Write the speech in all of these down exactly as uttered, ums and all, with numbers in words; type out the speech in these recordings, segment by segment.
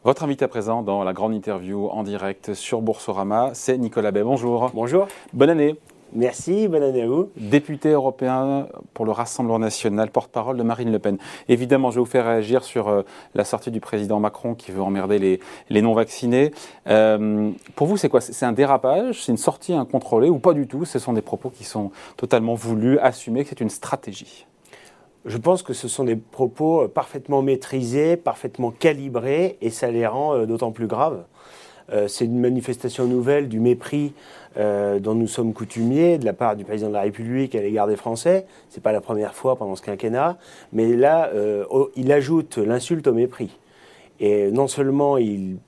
Votre invité à présent dans la grande interview en direct sur Boursorama, c'est Nicolas Bay. Bonjour. Bonjour. Bonne année. Merci, bonne année à vous. Député européen pour le Rassemblement national, porte-parole de Marine Le Pen. Évidemment, je vais vous faire réagir sur euh, la sortie du président Macron qui veut emmerder les, les non-vaccinés. Euh, pour vous, c'est quoi? C'est un dérapage? C'est une sortie incontrôlée ou pas du tout? Ce sont des propos qui sont totalement voulus, assumés, que c'est une stratégie? Je pense que ce sont des propos parfaitement maîtrisés, parfaitement calibrés, et ça les rend d'autant plus graves. Euh, c'est une manifestation nouvelle du mépris euh, dont nous sommes coutumiers de la part du président de la République à l'égard des Français. Ce n'est pas la première fois pendant ce quinquennat, mais là, euh, oh, il ajoute l'insulte au mépris. Et non seulement il...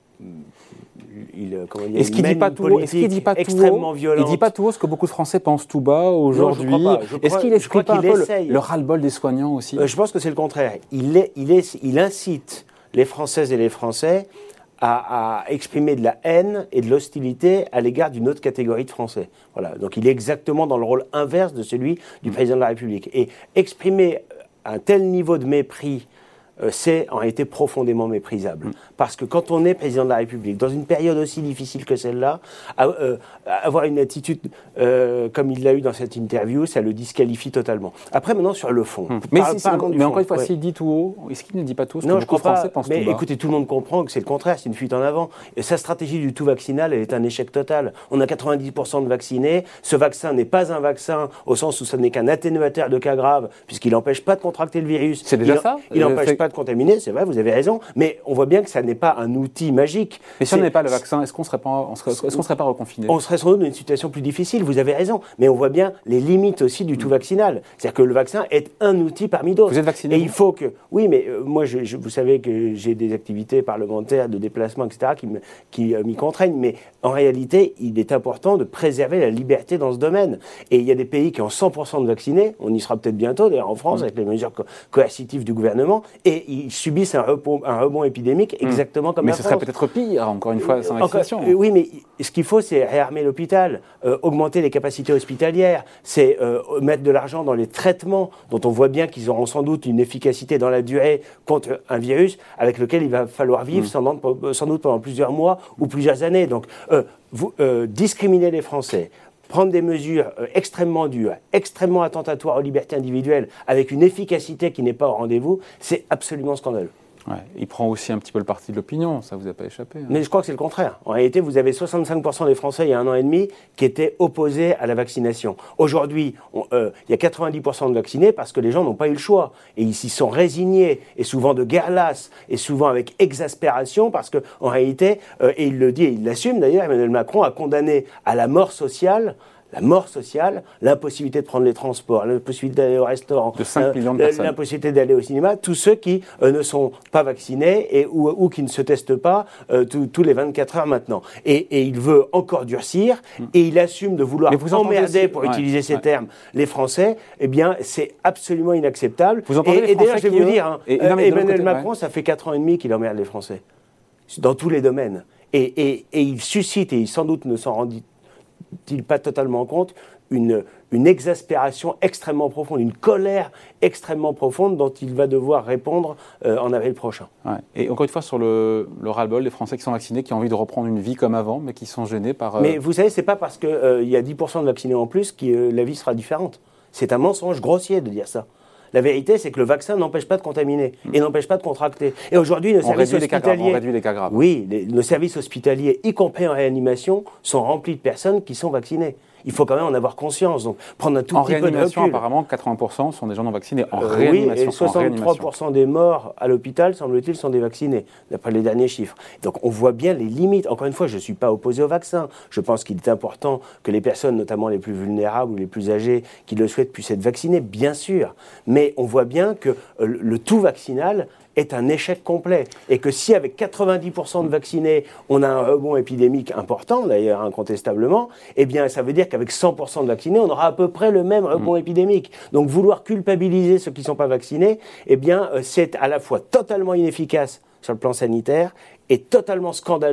Il, comment dire, est-ce qu'il il dit pas tout haut, est-ce qu'il dit pas extrêmement tout violente. Il dit pas tout haut ce que beaucoup de Français pensent tout bas aujourd'hui. Est-ce qu'il explique pas un peu le, le ras-le-bol des soignants aussi? euh, Je pense que c'est le contraire. Il, est, il, est, il incite les Françaises et les Français à, à exprimer de la haine et de l'hostilité à l'égard d'une autre catégorie de Français. Voilà. Donc il est exactement dans le rôle inverse de celui du président de la République. Et exprimer un tel niveau de mépris, Euh, c'est en réalité profondément méprisable. Mmh. Parce que quand on est président de la République, dans une période aussi difficile que celle-là, à, euh, avoir une attitude euh, comme il l'a eu dans cette interview, ça le disqualifie totalement. Après, maintenant, sur le fond. Mmh. Mais, par, si, par mais fond, encore une fois, ouais. s'il dit tout haut, est-ce qu'il ne dit pas tout ce non, que je beaucoup de crois Français pas, pensent mais tout bas? écoutez, tout le monde comprend que c'est le contraire, c'est une fuite en avant. Et sa stratégie du tout vaccinal, elle est un échec total. On a quatre-vingt-dix pour cent de vaccinés. Ce vaccin n'est pas un vaccin au sens où ce n'est qu'un atténuateur de cas graves, puisqu'il n'empêche pas de contracter le virus. C'est déjà il, ça Il n'empêche pas de contaminer, c'est vrai, vous avez raison. Mais on voit bien que ça n'est pas un outil magique. Mais si on n'avait pas le vaccin, est-ce qu'on ne serait pas, on serait, est-ce qu'on serait pas reconfiné? On serait sans doute dans une situation plus difficile, vous avez raison. Mais on voit bien les limites aussi du mmh. tout vaccinal. C'est-à-dire que le vaccin est un outil parmi d'autres. Vous êtes vacciné? Et il faut que... Oui, mais euh, moi, je, je, vous savez que j'ai des activités parlementaires, de déplacement, et cetera, qui, me, qui euh, m'y contraignent. Mais en réalité, il est important de préserver la liberté dans ce domaine. Et il y a des pays qui ont cent pour cent de vaccinés. On y sera peut-être bientôt, d'ailleurs en France, mmh. avec les mesures co- coercitives du gouvernement. Et ils subissent un rebond, un rebond épidémique exactement comme mais la ce France. serait peut-être pire, encore une fois, sans vaccination. Euh, oui, mais ce qu'il faut, c'est réarmer l'hôpital, euh, augmenter les capacités hospitalières, c'est euh, mettre de l'argent dans les traitements, dont on voit bien qu'ils auront sans doute une efficacité dans la durée contre un virus avec lequel il va falloir vivre mmh. sans, doute, sans doute pendant plusieurs mois ou plusieurs années. Donc, euh, vous, euh, discriminer les Français, prendre des mesures euh, extrêmement dures, extrêmement attentatoires aux libertés individuelles, avec une efficacité qui n'est pas au rendez-vous, c'est absolument scandaleux. Ouais, il prend aussi un petit peu le parti de l'opinion, ça ne vous a pas échappé. Hein. Mais je crois que c'est le contraire. En réalité, vous avez soixante-cinq pour cent des Français, il y a un an et demi, qui étaient opposés à la vaccination. Aujourd'hui, on, euh, il y a quatre-vingt-dix pour cent de vaccinés parce que les gens n'ont pas eu le choix. Et ils s'y sont résignés, et souvent de guerre lasse, et souvent avec exaspération, parce qu'en réalité, euh, et il le dit, et il l'assume d'ailleurs, Emmanuel Macron a condamné à la mort sociale la mort sociale, l'impossibilité de prendre les transports, l'impossibilité d'aller au restaurant, de cinq millions de personnes. L'impossibilité d'aller au cinéma, tous ceux qui euh, ne sont pas vaccinés et, ou, ou qui ne se testent pas euh, tous les vingt-quatre heures maintenant. Et, et il veut encore durcir mmh. et il assume de vouloir emmerder, pour ouais, utiliser ces ouais. termes, les Français. Eh bien, c'est absolument inacceptable. Vous entendez et, les et d'ailleurs, Français je vais vous dire, hein, et, euh, non, Emmanuel côté, Macron, ouais. ça fait quatre ans et demi qu'il emmerde les Français, dans tous les domaines. Et, et, et il suscite, et il sans doute ne s'en rendit-il pas totalement compte, Une, une exaspération extrêmement profonde, une colère extrêmement profonde dont il va devoir répondre euh, en avril prochain. Ouais. Et encore une fois, sur le, le ras-le-bol, les Français qui sont vaccinés, qui ont envie de reprendre une vie comme avant, mais qui sont gênés par... Euh... Mais vous savez, c'est pas parce qu'il euh, y a dix pour cent de vaccinés en plus que euh, la vie sera différente. C'est un mensonge grossier de dire ça. La vérité, c'est que le vaccin n'empêche pas de contaminer mmh. et n'empêche pas de contracter. Et aujourd'hui, nos on services hospitaliers... on réduit les cas graves. Oui, les, nos services hospitaliers, y compris en réanimation, sont remplis de personnes qui sont vaccinées. Il faut quand même en avoir conscience. Donc, prendre un tout en petit peu de recul. En réanimation, apparemment, quatre-vingts pour cent sont des gens non vaccinés. En euh, réanimation. Oui, et soixante-trois pour cent des morts à l'hôpital, semble-t-il, sont des vaccinés, d'après les derniers chiffres. Donc, on voit bien les limites. Encore une fois, je ne suis pas opposé au vaccin. Je pense qu'il est important que les personnes, notamment les plus vulnérables ou les plus âgées, qui le souhaitent, puissent être vaccinées, bien sûr. Mais on voit bien que euh, le tout vaccinal est un échec complet. Et que si avec quatre-vingt-dix pour cent de vaccinés, on a un rebond épidémique important, d'ailleurs incontestablement, eh bien ça veut dire qu'avec cent pour cent de vaccinés, on aura à peu près le même rebond mmh. épidémique. Donc vouloir culpabiliser ceux qui ne sont pas vaccinés, eh bien c'est à la fois totalement inefficace sur le plan sanitaire et totalement scandaleux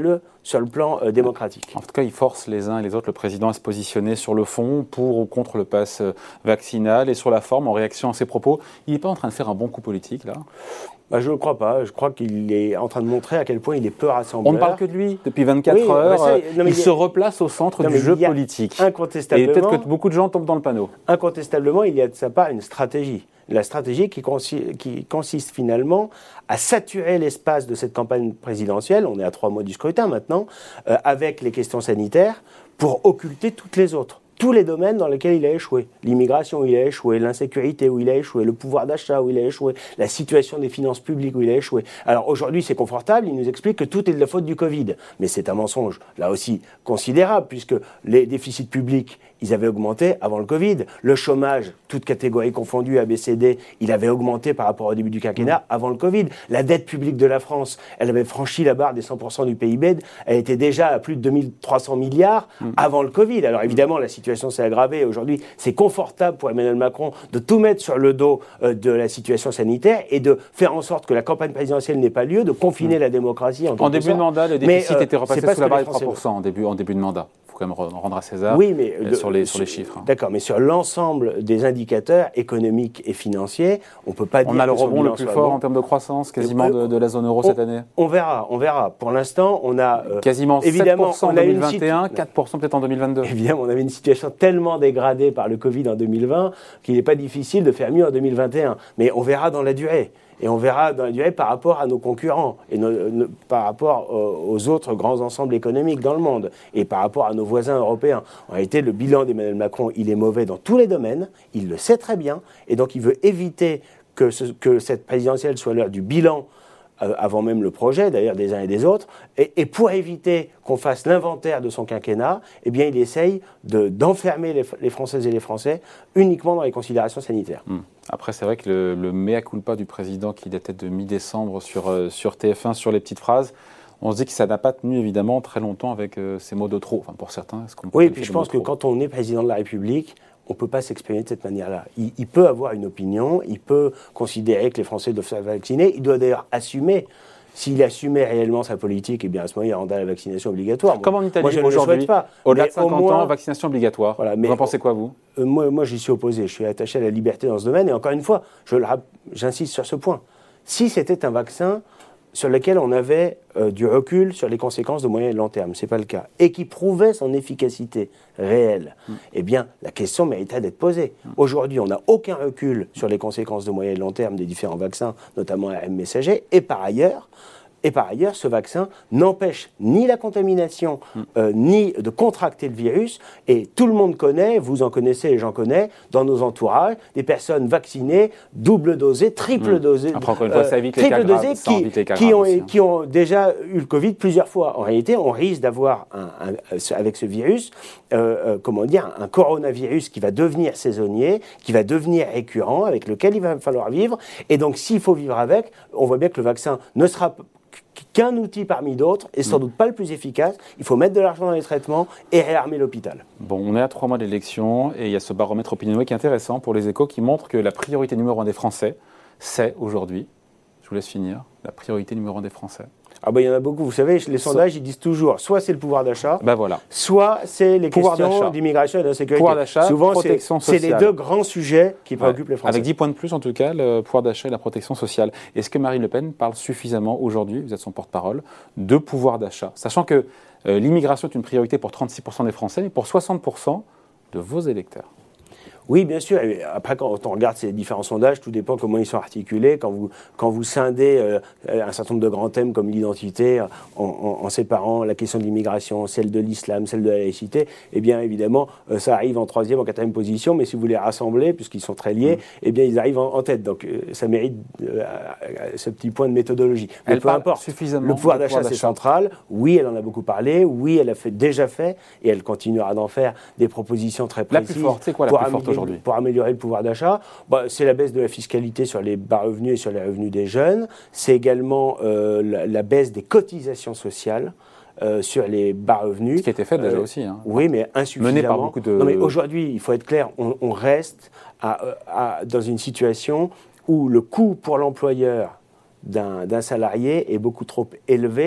sur le plan euh, démocratique. En tout cas, il force les uns et les autres, le président, à se positionner sur le fond, pour ou contre le pass vaccinal, et sur la forme, en réaction à ses propos. Il n'est pas en train de faire un bon coup politique, là ? Bah, je ne crois pas. Je crois qu'il est en train de montrer à quel point il est peu rassembleur. On ne parle que de lui depuis vingt-quatre oui, heures. Bah ça, non, il, il a... se replace au centre non, du jeu politique. Incontestablement. Et peut-être que beaucoup de gens tombent dans le panneau. Incontestablement, il y a de sa part une stratégie. La stratégie qui, consi- qui consiste finalement à saturer l'espace de cette campagne présidentielle, on est à trois mois du scrutin maintenant, euh, avec les questions sanitaires, pour occulter toutes les autres. Tous les domaines dans lesquels il a échoué. L'immigration où il a échoué, l'insécurité où il a échoué, le pouvoir d'achat où il a échoué, la situation des finances publiques où il a échoué. Alors aujourd'hui, c'est confortable, il nous explique que tout est de la faute du Covid. Mais c'est un mensonge, là aussi, considérable, puisque les déficits publics, ils avaient augmenté avant le Covid. Le chômage, toutes catégories confondues, A B C D, il avait augmenté par rapport au début du quinquennat avant le Covid. La dette publique de la France, elle avait franchi la barre des cent pour cent du P I B, elle était déjà à plus de deux mille trois cents milliards avant le Covid. Alors évidemment, la situation s'est aggravée. Aujourd'hui, c'est confortable pour Emmanuel Macron de tout mettre sur le dos euh, de la situation sanitaire et de faire en sorte que la campagne présidentielle n'ait pas lieu, de confiner mmh. la démocratie. En, en début sorte. de mandat, le déficit mais, euh, était repassé sous la barre des trois pour cent en début, en début de mandat. Il faut quand même rendre à César oui, mais euh, de, sur, les, sur les chiffres. D'accord, mais sur l'ensemble des indicateurs économiques et financiers, on ne peut pas dire on a le que rebond le plus fort bon. En terme de croissance, quasiment euh, de, de la zone euro on, cette année. On verra, on verra. Pour l'instant, on a euh, quasiment évidemment, sept pour cent en deux mille vingt et un, quatre pour cent peut-être en deux mille vingt-deux. Évidemment, on avait une situation tellement dégradée par le Covid en deux mille vingt qu'il n'est pas difficile de faire mieux en deux mille vingt et un. Mais on verra dans la durée. Et on verra dans la durée par rapport à nos concurrents, et nos, nos, par rapport aux, aux autres grands ensembles économiques dans le monde, et par rapport à nos voisins européens. En réalité, le bilan d'Emmanuel Macron, il est mauvais dans tous les domaines, il le sait très bien, et donc il veut éviter que, ce, que cette présidentielle soit l'heure du bilan, euh, avant même le projet, d'ailleurs, des uns et des autres, et, et pour éviter qu'on fasse l'inventaire de son quinquennat, eh bien, il essaye de, d'enfermer les, les Françaises et les Français uniquement dans les considérations sanitaires. Mmh. Après, c'est vrai que le, le mea culpa du président qui datait de mi-décembre sur, euh, sur T F un, sur les petites phrases, on se dit que ça n'a pas tenu évidemment très longtemps avec euh, ces mots de trop. Enfin, pour certains, est-ce qu'on peut oui, puis je pense que quand on est président de la République, on ne peut pas s'exprimer de cette manière-là. Il, il peut avoir une opinion, il peut considérer que les Français doivent se vacciner, il doit d'ailleurs assumer. S'il assumait réellement sa politique, eh bien à ce moment, il rendrait la vaccination obligatoire. Comme en Italie, moi, je aujourd'hui, ne le souhaite pas. Au-delà de cinquante au moins, ans, vaccination obligatoire. Voilà, mais vous en pensez quoi, vous euh, Moi, moi j'y suis opposé. Je suis attaché à la liberté dans ce domaine. Et encore une fois, je le, j'insiste sur ce point. Si c'était un vaccin sur lequel on avait euh, du recul sur les conséquences de moyen et de long terme, ce n'est pas le cas, et qui prouvait son efficacité réelle, mm. eh bien, la question méritait d'être posée. Mm. Aujourd'hui, on n'a aucun recul sur les conséquences de moyen et de long terme des différents vaccins, notamment A R N messager, et par ailleurs, Et par ailleurs, ce vaccin n'empêche ni la contamination, mm. euh, ni de contracter le virus. Et tout le monde connaît, vous en connaissez et j'en connais, dans nos entourages, des personnes vaccinées, double dosées, triple mm. dosées, Après, encore une fois, ça évite les cas graves, ça évite les cas qui, graves ont, aussi, hein. qui ont déjà eu le Covid plusieurs fois. En réalité, on risque d'avoir, un, un, avec ce virus, euh, euh, comment dire, un coronavirus qui va devenir saisonnier, qui va devenir récurrent, avec lequel il va falloir vivre. Et donc, s'il faut vivre avec, on voit bien que le vaccin ne sera qu'un outil parmi d'autres, et sans doute pas le plus efficace. Il faut mettre de l'argent dans les traitements et réarmer l'hôpital. Bon, on est à trois mois d'élection, et il y a ce baromètre Opinionway qui est intéressant pour les Échos, qui montre que la priorité numéro un des Français, c'est aujourd'hui, je vous laisse finir, la priorité numéro un des Français. Ah ben, il y en a beaucoup. Vous savez, les sondages, ils disent toujours, soit c'est le pouvoir d'achat, ben voilà. soit c'est les pouvoir questions d'achat. d'immigration et d'insécurité. Pouvoir d'achat, souvent, protection c'est, sociale. c'est les deux grands sujets qui préoccupent ouais. les Français. Avec dix points de plus, en tout cas, le pouvoir d'achat et la protection sociale. Est-ce que Marine Le Pen parle suffisamment aujourd'hui, vous êtes son porte-parole, de pouvoir d'achat, sachant que euh, l'immigration est une priorité pour trente-six pour cent des Français, mais pour soixante pour cent de vos électeurs? Oui, bien sûr. Et après, quand on regarde ces différents sondages, tout dépend comment ils sont articulés. Quand vous, quand vous scindez euh, un certain nombre de grands thèmes comme l'identité, en, en, en séparant la question de l'immigration, celle de l'islam, celle de la laïcité, eh bien, évidemment, euh, ça arrive en troisième, en quatrième position. Mais si vous les rassemblez, puisqu'ils sont très liés, mmh. eh bien, ils arrivent en, en tête. Donc, euh, ça mérite euh, ce petit point de méthodologie. Mais elle peu importe. Suffisamment le pouvoir d'achat, c'est central. Oui, elle en a beaucoup parlé. Oui, elle a fait, déjà fait. Et elle continuera d'en faire des propositions très précises. La plus forte, c'est quoi la plus forte aujourd'hui ? Pour améliorer le pouvoir d'achat, bah, c'est la baisse de la fiscalité sur les bas revenus et sur les revenus des jeunes. C'est également euh, la, la baisse des cotisations sociales euh, sur les bas revenus. Ce qui a été fait déjà euh, aussi. Hein. Oui, mais insuffisamment. Mené par beaucoup de... Non, mais aujourd'hui, il faut être clair, on, on reste à, à, dans une situation où le coût pour l'employeur d'un, d'un salarié est beaucoup trop élevé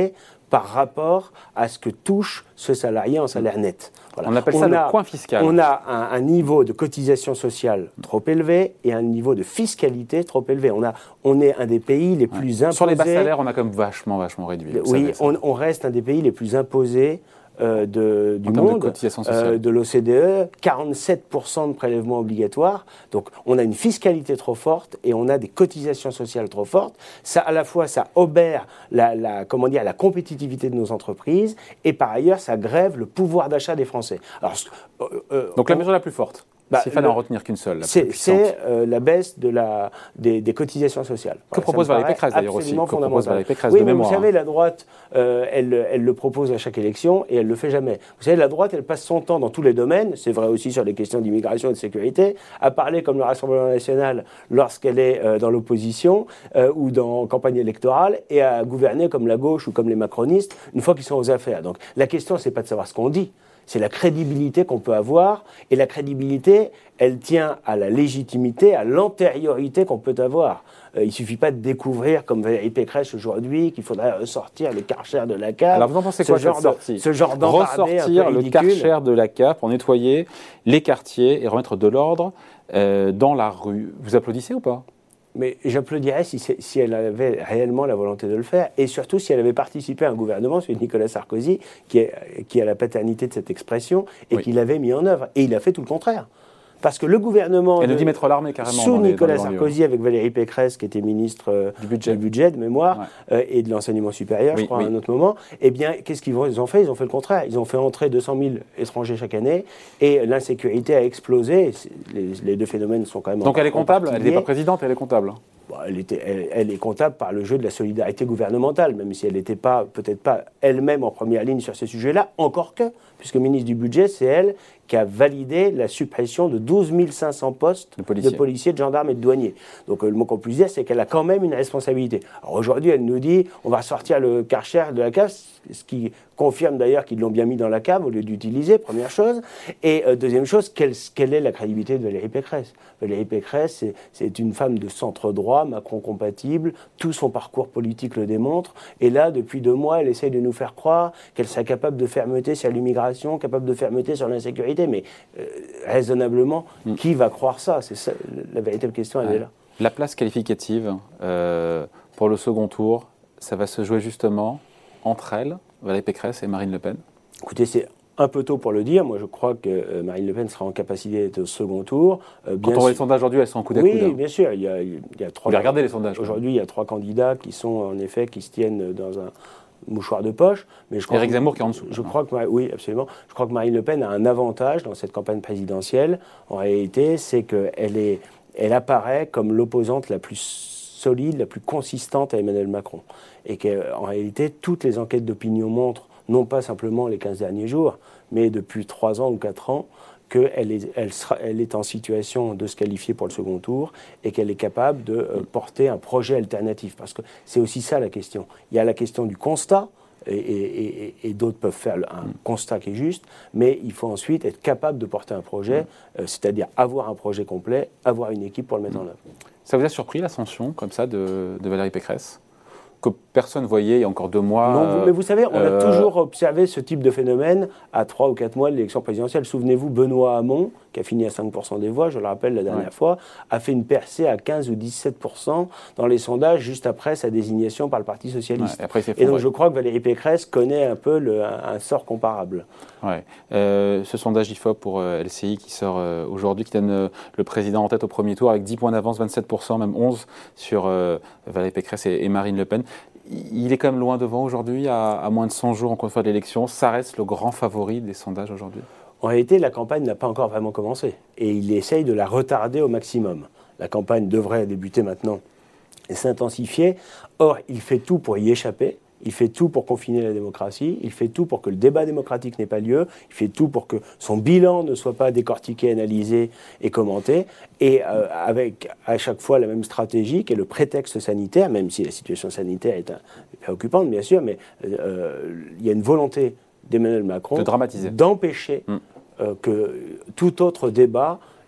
par rapport à ce que touche ce salarié en salaire net. Voilà. On appelle ça on le a, coin fiscal. On a un, un niveau de cotisation sociale trop élevé et un niveau de fiscalité trop élevé. On, a, on est un des pays les ouais. plus imposés. Sur les bas salaires, on a comme vachement, vachement réduit. Oui, on, on reste un des pays les plus imposés Euh, de, du monde, de, euh, de l'O C D E, quarante-sept pour cent de prélèvements obligatoires. Donc on a une fiscalité trop forte et on a des cotisations sociales trop fortes. Ça, à la fois, ça obère la, la, comment dire, la compétitivité de nos entreprises et par ailleurs, ça grève le pouvoir d'achat des Français. Alors, euh, euh, Donc on, la mesure la plus forte Bah, S'il fallait le, en retenir qu'une seule. C'est euh, la baisse de la, des, des cotisations sociales. Que voilà, propose Valérie Pécresse d'ailleurs aussi. Que propose Valérie Pécresse oui, de mais mémoire. Vous savez, la droite, euh, elle, elle le propose à chaque élection et elle ne le fait jamais. Vous savez, la droite, elle passe son temps dans tous les domaines, c'est vrai aussi sur les questions d'immigration et de sécurité, à parler comme le Rassemblement national lorsqu'elle est euh, dans l'opposition euh, ou dans campagne électorale et à gouverner comme la gauche ou comme les macronistes une fois qu'ils sont aux affaires. Donc la question, ce n'est pas de savoir ce qu'on dit. C'est la crédibilité qu'on peut avoir, et la crédibilité, elle tient à la légitimité, à l'antériorité qu'on peut avoir. Euh, il ne suffit pas de découvrir, comme Valérie Pécresse aujourd'hui, qu'il faudrait ressortir le Karcher de la C A F. Alors vous en pensez quoi, ce genre cette sortie de, ce genre d'embardé un peu Ressortir le Karcher de la C A F pour nettoyer les quartiers et remettre de l'ordre euh, dans la rue. Vous applaudissez ou pas ? Mais j'applaudirais si, si elle avait réellement la volonté de le faire, et surtout si elle avait participé à un gouvernement, celui de Nicolas Sarkozy, qui, est, qui a la paternité de cette expression, et oui. qui l'avait mis en œuvre. Et il a fait tout le contraire. Parce que le gouvernement, elle nous dit mettre l'armée carrément sous dans les, Nicolas dans les Sarkozy, avec Valérie Pécresse, qui était ministre euh, du, budget. du budget de mémoire, ouais. euh, et de l'enseignement supérieur, oui, je crois, oui. à un autre moment, eh bien, qu'est-ce qu'ils ils ont fait Ils ont fait le contraire. Ils ont fait entrer deux cent mille étrangers chaque année, et l'insécurité a explosé. Les, les deux phénomènes sont quand même... Donc elle est comptable Elle n'est pas présidente, elle est comptable bon, elle, était, elle, elle est comptable par le jeu de la solidarité gouvernementale, même si elle n'était pas, peut-être pas elle-même en première ligne sur ces sujets-là, encore que, puisque ministre du budget, c'est elle qui a validé la suppression de douze mille cinq cents postes de policiers. de policiers, de gendarmes et de douaniers. Donc euh, le mot qu'on puisse dire, c'est qu'elle a quand même une responsabilité. Alors aujourd'hui, elle nous dit, on va sortir le Karcher de la cave, ce qui confirme d'ailleurs qu'ils l'ont bien mis dans la cave au lieu d'utiliser, première chose. Et euh, deuxième chose, quelle, quelle est la crédibilité de Valérie Pécresse ? Valérie Pécresse, c'est, c'est une femme de centre-droit, Macron-compatible, tout son parcours politique le démontre. Et là, depuis deux mois, elle essaye de nous faire croire qu'elle serait capable de fermeté sur l'immigration, capable de fermeté sur l'insécurité. Mais euh, raisonnablement, mm. qui va croire ça ? C'est ça, la véritable question, elle ouais. est là. La place qualificative euh, pour le second tour, ça va se jouer justement entre elles, Valérie Pécresse et Marine Le Pen ? Écoutez, c'est un peu tôt pour le dire. Moi, je crois que euh, Marine Le Pen sera en capacité d'être au second tour. Euh, bien Quand on voit les sondages aujourd'hui, elles sont en coup à oui, coude. Oui, bien sûr. Il y a, il y a trois. Vous les regardez les sondages. Aujourd'hui, il y a trois candidats qui sont en effet qui se tiennent dans un mouchoir de poche. Mais je crois Éric que, Zemmour qui est en dessous. Je crois que oui, absolument. Je crois que Marine Le Pen a un avantage dans cette campagne présidentielle. En réalité, c'est qu'elle est, elle apparaît comme l'opposante la plus solide, la plus consistante à Emmanuel Macron. Et qu'en réalité, toutes les enquêtes d'opinion montrent, non pas simplement les quinze derniers jours, mais depuis trois ans ou quatre ans, qu'elle est, elle sera, elle est en situation de se qualifier pour le second tour et qu'elle est capable de euh, porter un projet alternatif. Parce que c'est aussi ça la question. Il y a la question du constat, et, et, et, et d'autres peuvent faire un mm. constat qui est juste, mais il faut ensuite être capable de porter un projet, mm. euh, c'est-à-dire avoir un projet complet, avoir une équipe pour le mettre mm. en œuvre. Ça vous a surpris l'ascension, comme ça, de, de Valérie Pécresse ? Que personne ne voyait il y a encore deux mois. Non, mais vous savez, on euh... a toujours observé ce type de phénomène à trois ou quatre mois de l'élection présidentielle. Souvenez-vous, Benoît Hamon, qui a fini à cinq pour cent des voix, je le rappelle la dernière ouais. fois, a fait une percée à quinze ou dix-sept pour cent dans les sondages juste après sa désignation par le Parti socialiste. Ouais, et, après, et donc je crois que Valérie Pécresse connaît un peu le, un, un sort comparable. Ouais. Euh, ce sondage I F O P pour euh, L C I qui sort euh, aujourd'hui, qui donne euh, le président en tête au premier tour avec dix points d'avance, vingt-sept pour cent, même onze sur euh, Valérie Pécresse et, et Marine Le Pen. Il est quand même loin devant aujourd'hui, à, à moins de cent jours encore une fois de l'élection. Ça reste le grand favori des sondages aujourd'hui. En réalité, la campagne n'a pas encore vraiment commencé. Et il essaye de la retarder au maximum. La campagne devrait débuter maintenant et s'intensifier. Or, il fait tout pour y échapper. Il fait tout pour confiner la démocratie, il fait tout pour que le débat démocratique n'ait pas lieu, il fait tout pour que son bilan ne soit pas décortiqué, analysé et commenté, et euh, avec à chaque fois la même stratégie qui est le prétexte sanitaire, même si la situation sanitaire est un, préoccupante bien sûr, mais euh, il y a une volonté d'Emmanuel Macron de dramatiser, d'empêcher mm. euh, que tout autre débat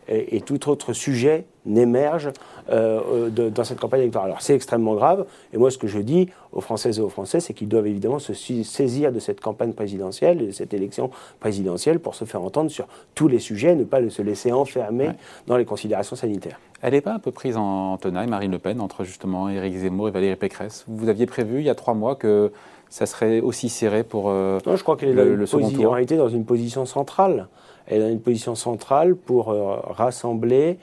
et, et tout autre sujet n'émerge euh, de, dans cette campagne électorale. Alors c'est extrêmement grave, et moi ce que je dis aux Françaises et aux Français, c'est qu'ils doivent évidemment se saisir de cette campagne présidentielle, de cette élection présidentielle, pour se faire entendre sur tous les sujets, ne pas se laisser enfermer ouais. dans les considérations sanitaires. Elle n'est pas un peu prise en tenaille, Marine Le Pen, entre justement Éric Zemmour et Valérie Pécresse? Vous aviez prévu il y a trois mois que ça serait aussi serré pour euh, non, je crois qu'elle est le, dans une le second posi- tour. En réalité, dans une position centrale. Elle est dans une position centrale pour euh, rassembler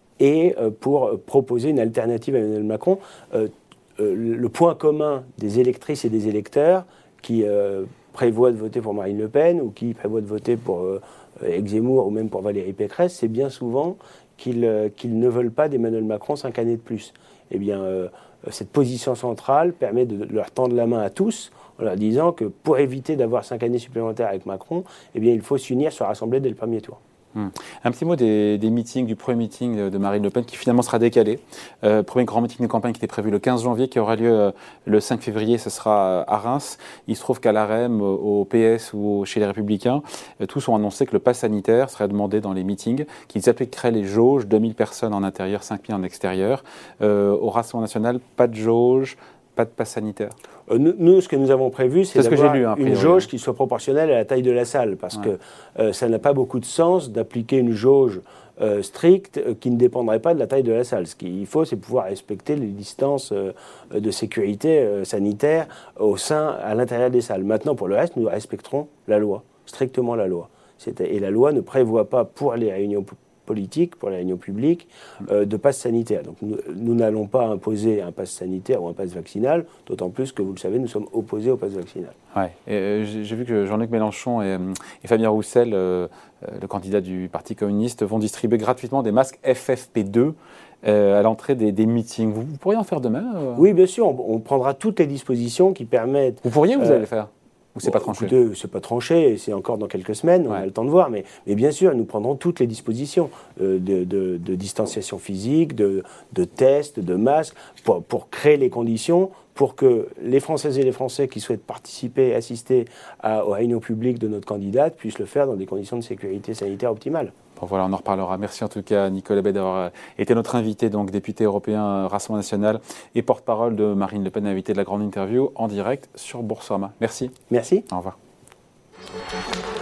et euh, pour proposer une alternative à Emmanuel Macron. Euh, euh, le point commun des électrices et des électeurs qui euh, prévoient de voter pour Marine Le Pen ou qui prévoient de voter pour euh, Éric Zemmour ou même pour Valérie Pécresse, c'est bien souvent qu'ils, euh, qu'ils ne veulent pas d'Emmanuel Macron cinq années de plus. Eh bien, euh, cette position centrale permet de leur tendre la main à tous en leur disant que pour éviter d'avoir cinq années supplémentaires avec Macron, eh bien, il faut s'unir, se rassembler dès le premier tour. Hum. Un petit mot des, des meetings, du premier meeting de Marine Le Pen qui finalement sera décalé. Euh, premier grand meeting de campagne qui était prévu le quinze janvier, qui aura lieu euh, le cinq février, ce sera à Reims. Il se trouve qu'à l'A R E M, au P S ou chez les Républicains, euh, tous ont annoncé que le pass sanitaire serait demandé dans les meetings, qu'ils appliqueraient les jauges, deux mille personnes en intérieur, cinq mille en extérieur. Euh, au Rassemblement national, pas de jauge, pas de pass sanitaire. Euh, nous, nous, ce que nous avons prévu, c'est, c'est d'avoir lu, hein, une jauge qui soit proportionnelle à la taille de la salle, parce ouais. que euh, ça n'a pas beaucoup de sens d'appliquer une jauge euh, stricte euh, qui ne dépendrait pas de la taille de la salle. Ce qu'il faut, c'est pouvoir respecter les distances euh, de sécurité euh, sanitaire au sein, à l'intérieur des salles. Maintenant, pour le reste, nous respecterons la loi, strictement la loi. C'est, et la loi ne prévoit pas pour les réunions politique, pour la réunion publique, euh, de passe sanitaire. Donc nous, nous n'allons pas imposer un passe sanitaire ou un passe vaccinal, d'autant plus que, vous le savez, nous sommes opposés au passe vaccinal. Ouais. Et, euh, j'ai, j'ai vu que Jean-Luc Mélenchon et, et Fabien Roussel, euh, le candidat du Parti communiste, vont distribuer gratuitement des masques F F P deux euh, à l'entrée des, des meetings. Vous, vous pourriez en faire de même euh... Oui, bien sûr. On, on prendra toutes les dispositions qui permettent... Vous pourriez ou vous euh, allez le faire? Ou c'est bon, pas tranché? Écoutez, c'est pas tranché, c'est encore dans quelques semaines, on ouais. a le temps de voir, mais, mais bien sûr, nous prendrons toutes les dispositions euh, de, de, de distanciation physique, de, de tests, de masques, pour, pour créer les conditions pour que les Françaises et les Français qui souhaitent participer, assister à, aux réunions publiques de notre candidate puissent le faire dans des conditions de sécurité sanitaire optimales. Bon, voilà, on en reparlera. Merci en tout cas, Nicolas Bay, d'avoir été notre invité, donc député européen Rassemblement national et porte-parole de Marine Le Pen, invité de la grande interview en direct sur Boursorama. Merci. Merci. Au revoir.